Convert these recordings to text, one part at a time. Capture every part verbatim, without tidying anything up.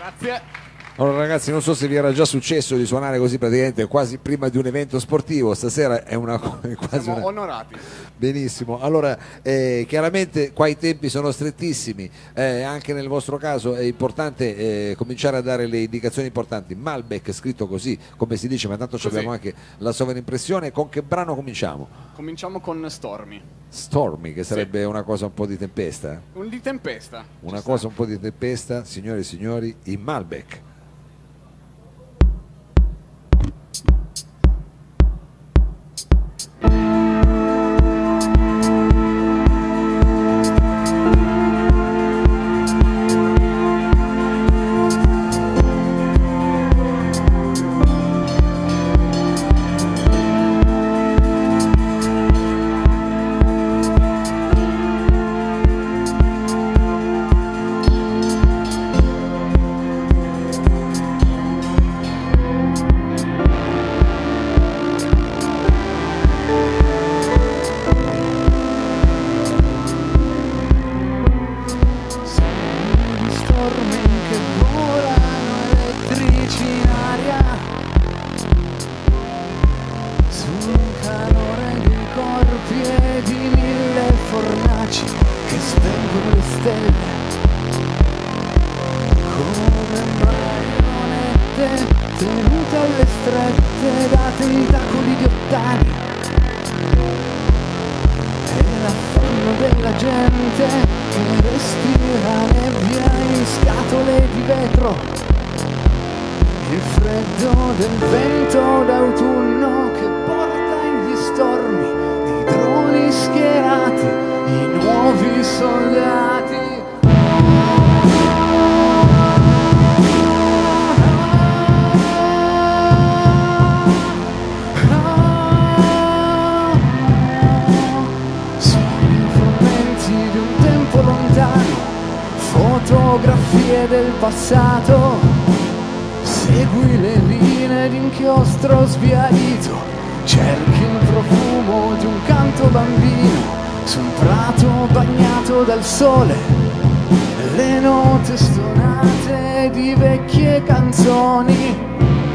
Grazie. Allora ragazzi, non so se vi era già successo di suonare così praticamente quasi prima di un evento sportivo, stasera è una è quasi Siamo una... onorati. Benissimo, allora eh, chiaramente qua i tempi sono strettissimi, eh, anche nel vostro caso è importante eh, cominciare a dare le indicazioni importanti. Malbec scritto così come si dice, ma tanto Così. abbiamo anche la sovraimpressione. Con che brano cominciamo? Cominciamo con Stormy. Stormy, che sarebbe Sì. una cosa un po' di tempesta, Un di tempesta. una Ci cosa sta. un po' di tempesta, signore e signori, in Malbec. tenute alle strette da tentacoli di ottani, e l'affanno della gente che respira nebbia in scatole di vetro, il freddo del vento d'autunno che porta gli stormi di droni schierati, i nuovi soldati. Fotografie del passato, segui le linee d'inchiostro sbiadito, cerchi il profumo di un canto bambino su un prato bagnato dal sole, le note stonate di vecchie canzoni.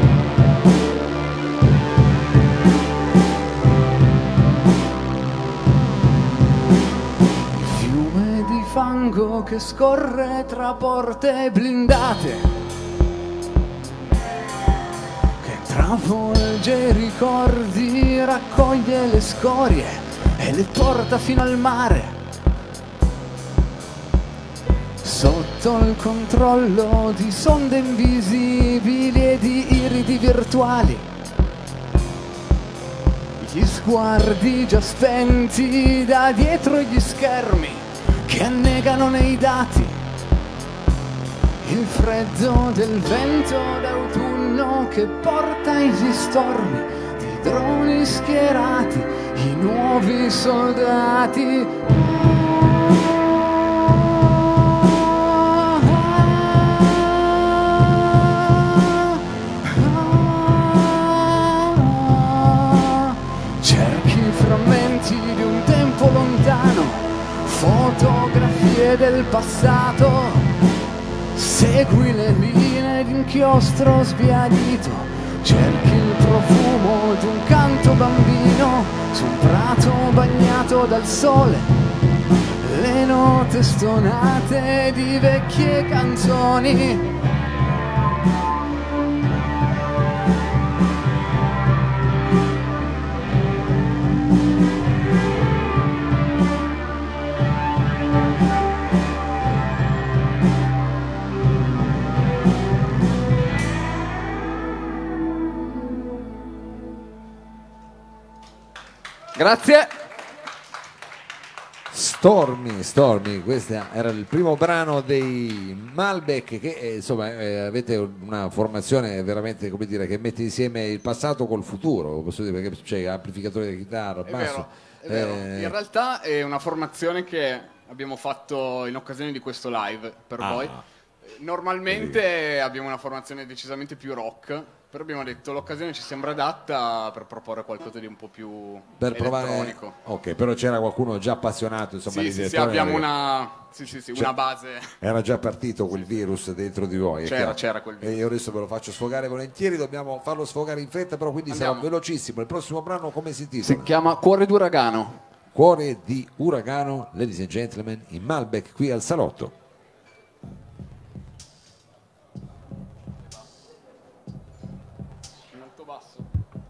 Fango che scorre tra porte blindate, che travolge i ricordi, raccoglie le scorie e le porta fino al mare, sotto il controllo di sonde invisibili e di iridi virtuali. Gli sguardi già spenti da dietro gli schermi che annegano nei dati, il freddo del vento d'autunno che porta gli stormi di droni schierati, i nuovi soldati. Cerchi i frammenti di un tempo lontano, fotografie del passato, segui le linee d'inchiostro sbiadito, cerchi il profumo di un canto bambino su un prato bagnato dal sole, le note stonate di vecchie canzoni. Grazie. Stormy, Stormy, questo era il primo brano dei Malbec che eh, insomma eh, avete una formazione veramente, come dire, che mette insieme il passato col futuro, posso dire, perché c'è amplificatore di chitarra, È basso. vero, è vero. eh, In realtà è una formazione che abbiamo fatto in occasione di questo live per Ah. voi. Normalmente abbiamo una formazione decisamente più rock, però abbiamo detto l'occasione ci sembra adatta per proporre qualcosa di un po' più Per elettronico. provare, ok, però c'era qualcuno già appassionato, insomma, Sì, di sì, sì, elettronica, abbiamo perché una, sì, sì, sì, c'è- una base. era già partito quel virus dentro di voi. è C'era, chiaro. c'era quel E virus. io adesso ve lo faccio sfogare volentieri, dobbiamo farlo sfogare in fretta, però quindi sarà Andiamo. velocissimo. Il prossimo brano come si Si intitola? chiama Cuore d'uragano. Cuore di uragano, ladies and gentlemen, in Malbec qui al salotto. Molto basso.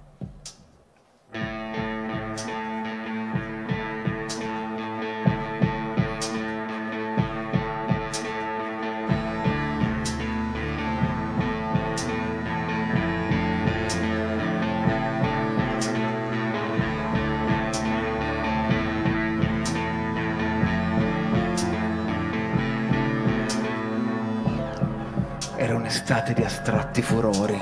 Era un'estate di astratti furori.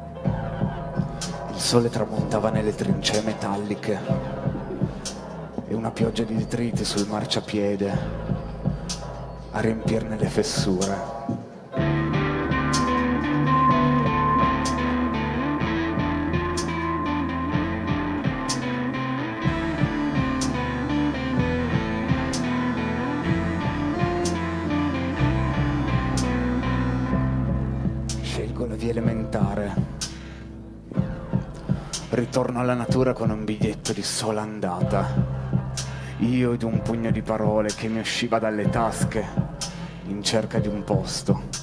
Il sole tramontava nelle trincee metalliche e una pioggia di detriti sul marciapiede a riempirne le fessure. Scelgo la via elementare. Ritorno alla natura con un biglietto di sola andata. Io ed un pugno di parole che mi usciva dalle tasche in cerca di un posto.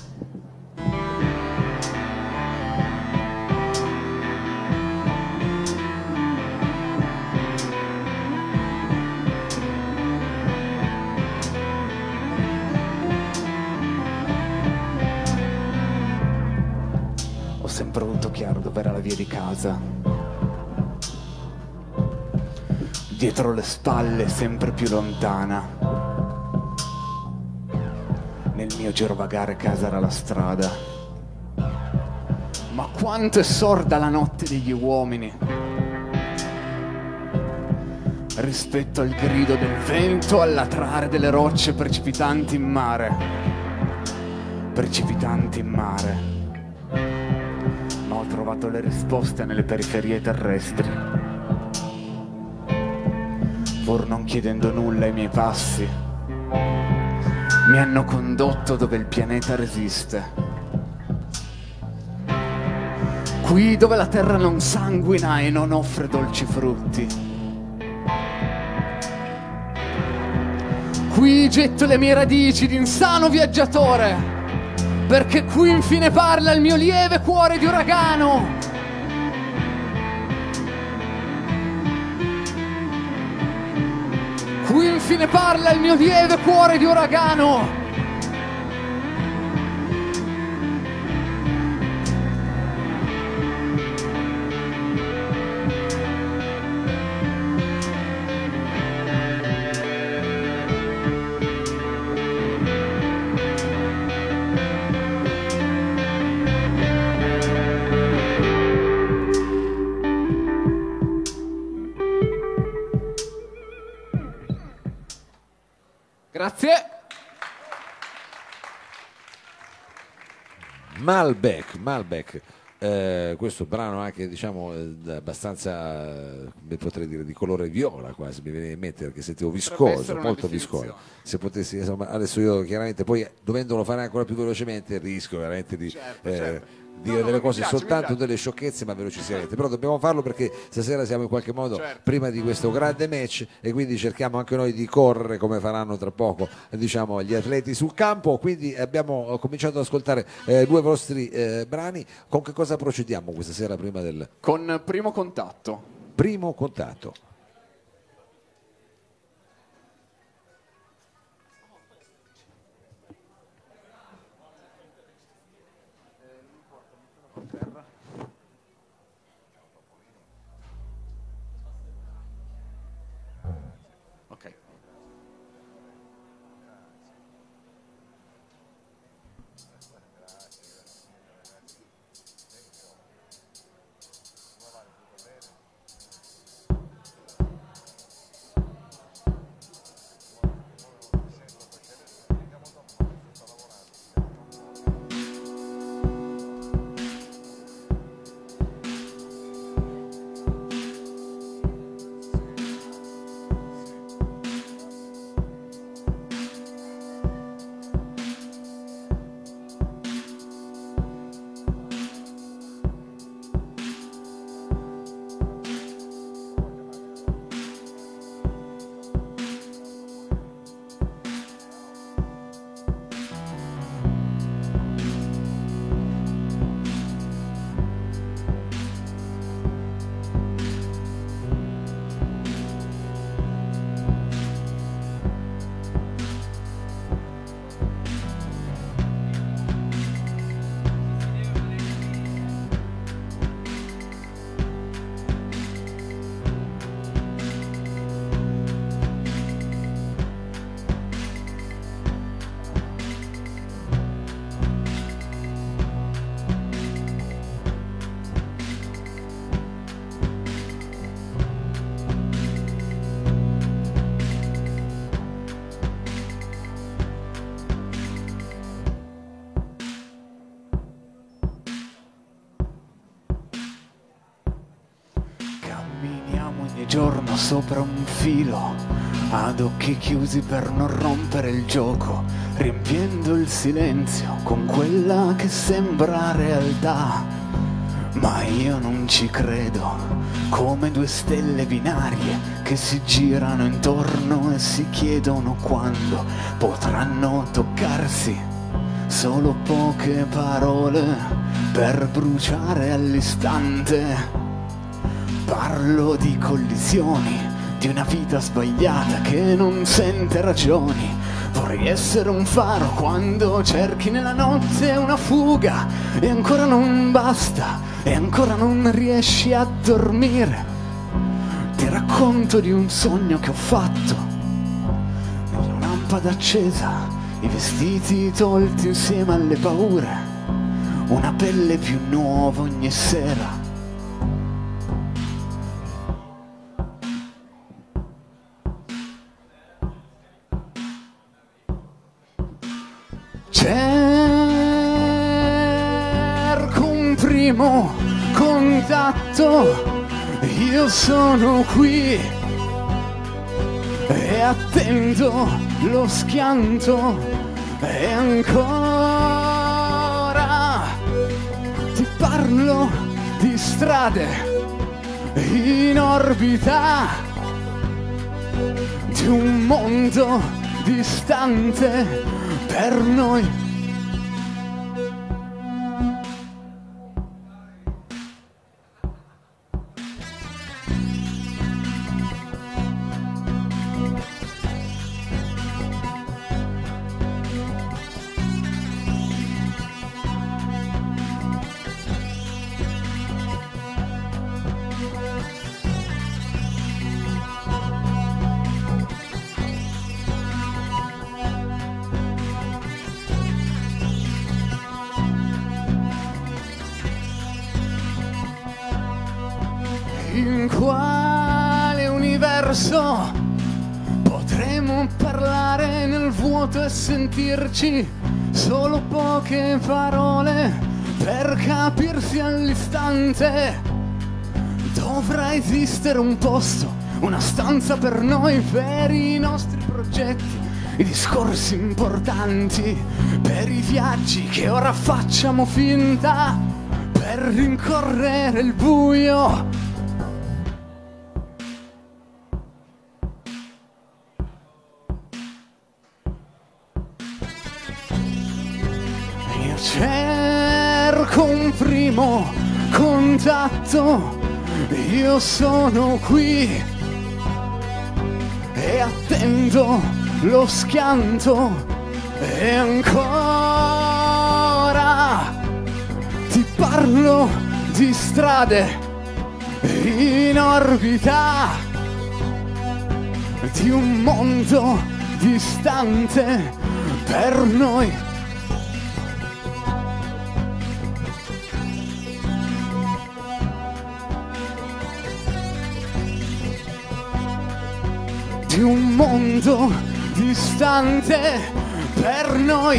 Ho sempre avuto chiaro dove era la via di casa. Dietro le spalle, sempre più lontana. Nel mio girovagare casa era la strada. Ma quanto è sorda la notte degli uomini rispetto al grido del vento, al latrare delle rocce precipitanti in mare. Precipitanti in mare. Ma ho trovato le risposte nelle periferie terrestri. Pur non chiedendo nulla ai miei passi, mi hanno condotto dove il pianeta resiste. Qui dove la terra non sanguina e non offre dolci frutti. Qui getto le mie radici d'insano viaggiatore, perché qui infine parla il mio lieve cuore di uragano. Qui infine parla il mio lieve cuore di uragano. Grazie. Malbec, Malbec. Eh, questo brano anche diciamo eh, abbastanza eh, come potrei dire di colore viola quasi mi viene in mente perché sentivo viscoso, essere una molto definizione. viscoso. Se potessi insomma, adesso io chiaramente poi dovendolo fare ancora più velocemente rischio veramente di Certo, eh, certo. dire No, no, delle mi cose piace, mi soltanto piace. delle sciocchezze ma velocissimamente, però dobbiamo farlo perché stasera siamo in qualche modo Certo. prima di questo grande match e quindi cerchiamo anche noi di correre come faranno tra poco diciamo gli atleti sul campo, quindi abbiamo cominciato ad ascoltare eh, due vostri eh, brani. Con che cosa procediamo questa sera prima del Con Primo Contatto. primo contatto? Ok. ogni giorno sopra un filo, ad occhi chiusi per non rompere il gioco, riempiendo il silenzio con quella che sembra realtà. Ma io non ci credo, come due stelle binarie che si girano intorno e si chiedono quando potranno toccarsi. Solo poche parole per bruciare all'istante. Parlo di collisioni, di una vita sbagliata che non sente ragioni. Vorrei essere un faro quando cerchi nella notte una fuga e ancora non basta, e ancora non riesci a dormire. Ti racconto di un sogno che ho fatto, una lampada accesa, i vestiti tolti insieme alle paure, una pelle più nuova ogni sera. Cerco un primo contatto, io sono qui e attendo lo schianto e ancora ti parlo di strade in orbita, di un mondo distante per noi. In quale universo potremo parlare nel vuoto e sentirci solo poche parole per capirsi all'istante? Dovrà esistere un posto, una stanza per noi, per i nostri progetti, i discorsi importanti, per i viaggi che ora facciamo finta, per rincorrere il buio. Cerco un primo contatto, io sono qui e attendo lo schianto e ancora ti parlo di strade in orbita, di un mondo distante per noi. Di un mondo distante per noi.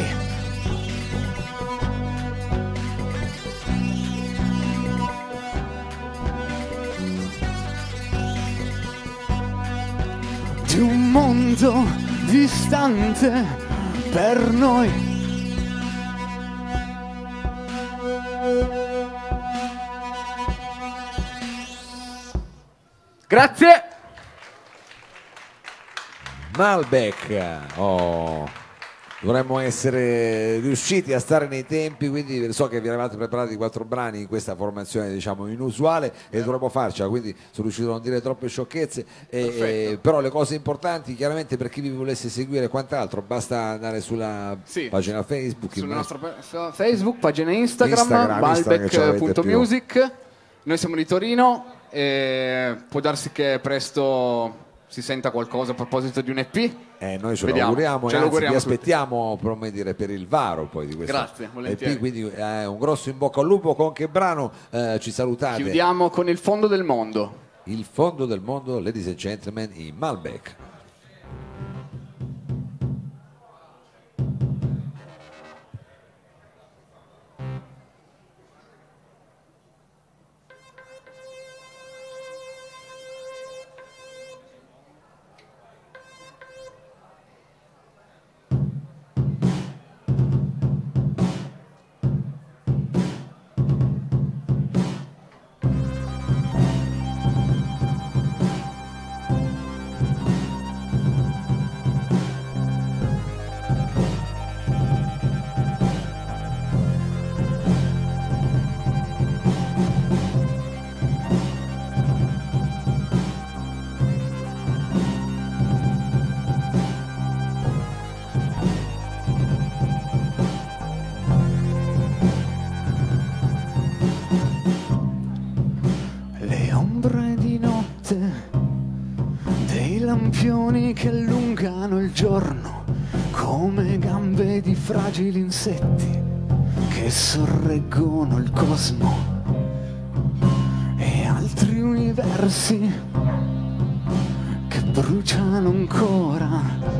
Di un mondo distante per noi. Grazie. Malbec, oh, dovremmo essere riusciti a stare nei tempi, quindi so che vi eravate preparati quattro brani in questa formazione, diciamo, inusuale, e dovremmo farcela, quindi sono riuscito a non dire troppe sciocchezze, e, e, però le cose importanti, chiaramente, per chi vi volesse seguire quant'altro, basta andare sulla sì, pagina Facebook, sulla nostra Facebook, pagina Instagram, Instagram malbec punto music. Noi siamo di Torino e può darsi che presto si senta qualcosa a proposito di un E P. Eh, noi ce Vediamo. lo auguriamo, Ce e lo anzi vi auguriamo aspettiamo, come dire, per il varo poi di questo Grazie, volentieri. E P, quindi eh, un grosso in bocca al lupo. Con che brano eh, ci salutate? Chiudiamo con Il fondo del mondo. Il fondo del mondo, ladies and gentlemen, in Malbec. lampioni che allungano il giorno come gambe di fragili insetti che sorreggono il cosmo e altri universi che bruciano ancora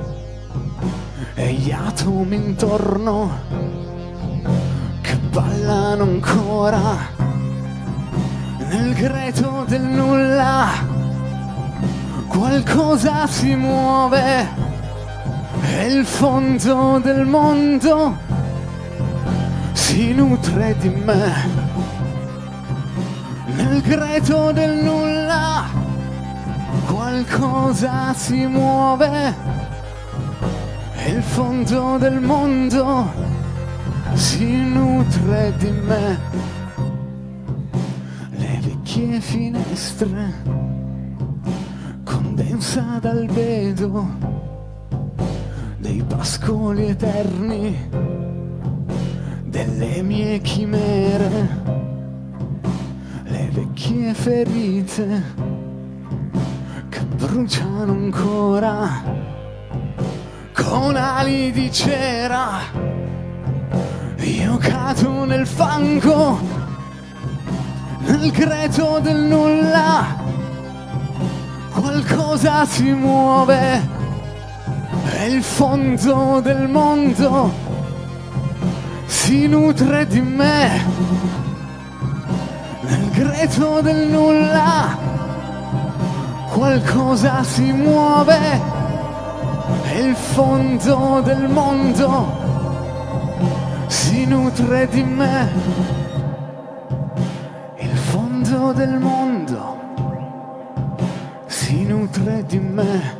e gli atomi intorno che ballano ancora nel greto del nulla. Qualcosa si muove e il fondo del mondo si nutre di me. Nel greto del nulla qualcosa si muove e il fondo del mondo si nutre di me. Le vecchie finestre condensa d'albedo dei pascoli eterni delle mie chimere, le vecchie ferite che bruciano ancora con ali di cera. Io cado nel fango, nel greto del nulla. Qualcosa si muove e il fondo del mondo si nutre di me. Nel greto del nulla qualcosa si muove e il fondo del mondo si nutre di me. Il fondo del mondo si nutre di me.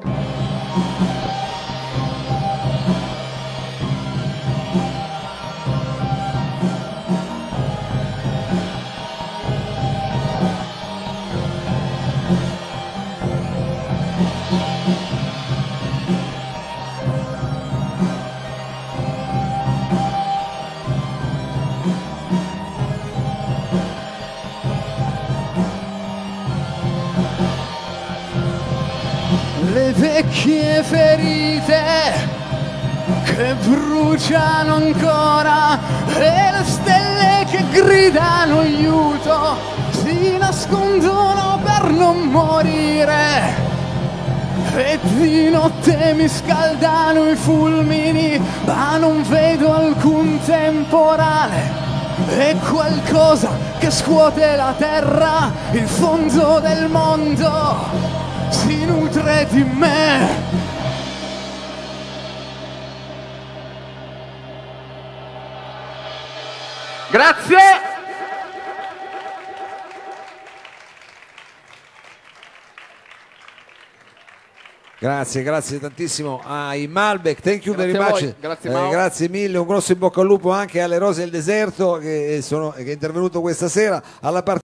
Le vecchie ferite che bruciano ancora e le stelle che gridano aiuto si nascondono per non morire e di notte mi scaldano i fulmini ma non vedo alcun temporale. È qualcosa che scuote la terra, il fondo del mondo si nutre di me. Grazie. Grazie, grazie tantissimo ai Malbec, thank you Grazie very a much. voi, grazie, Eh, Mao. grazie mille, un grosso in bocca al lupo anche alle Rose del Deserto che, sono, che è intervenuto questa sera alla parte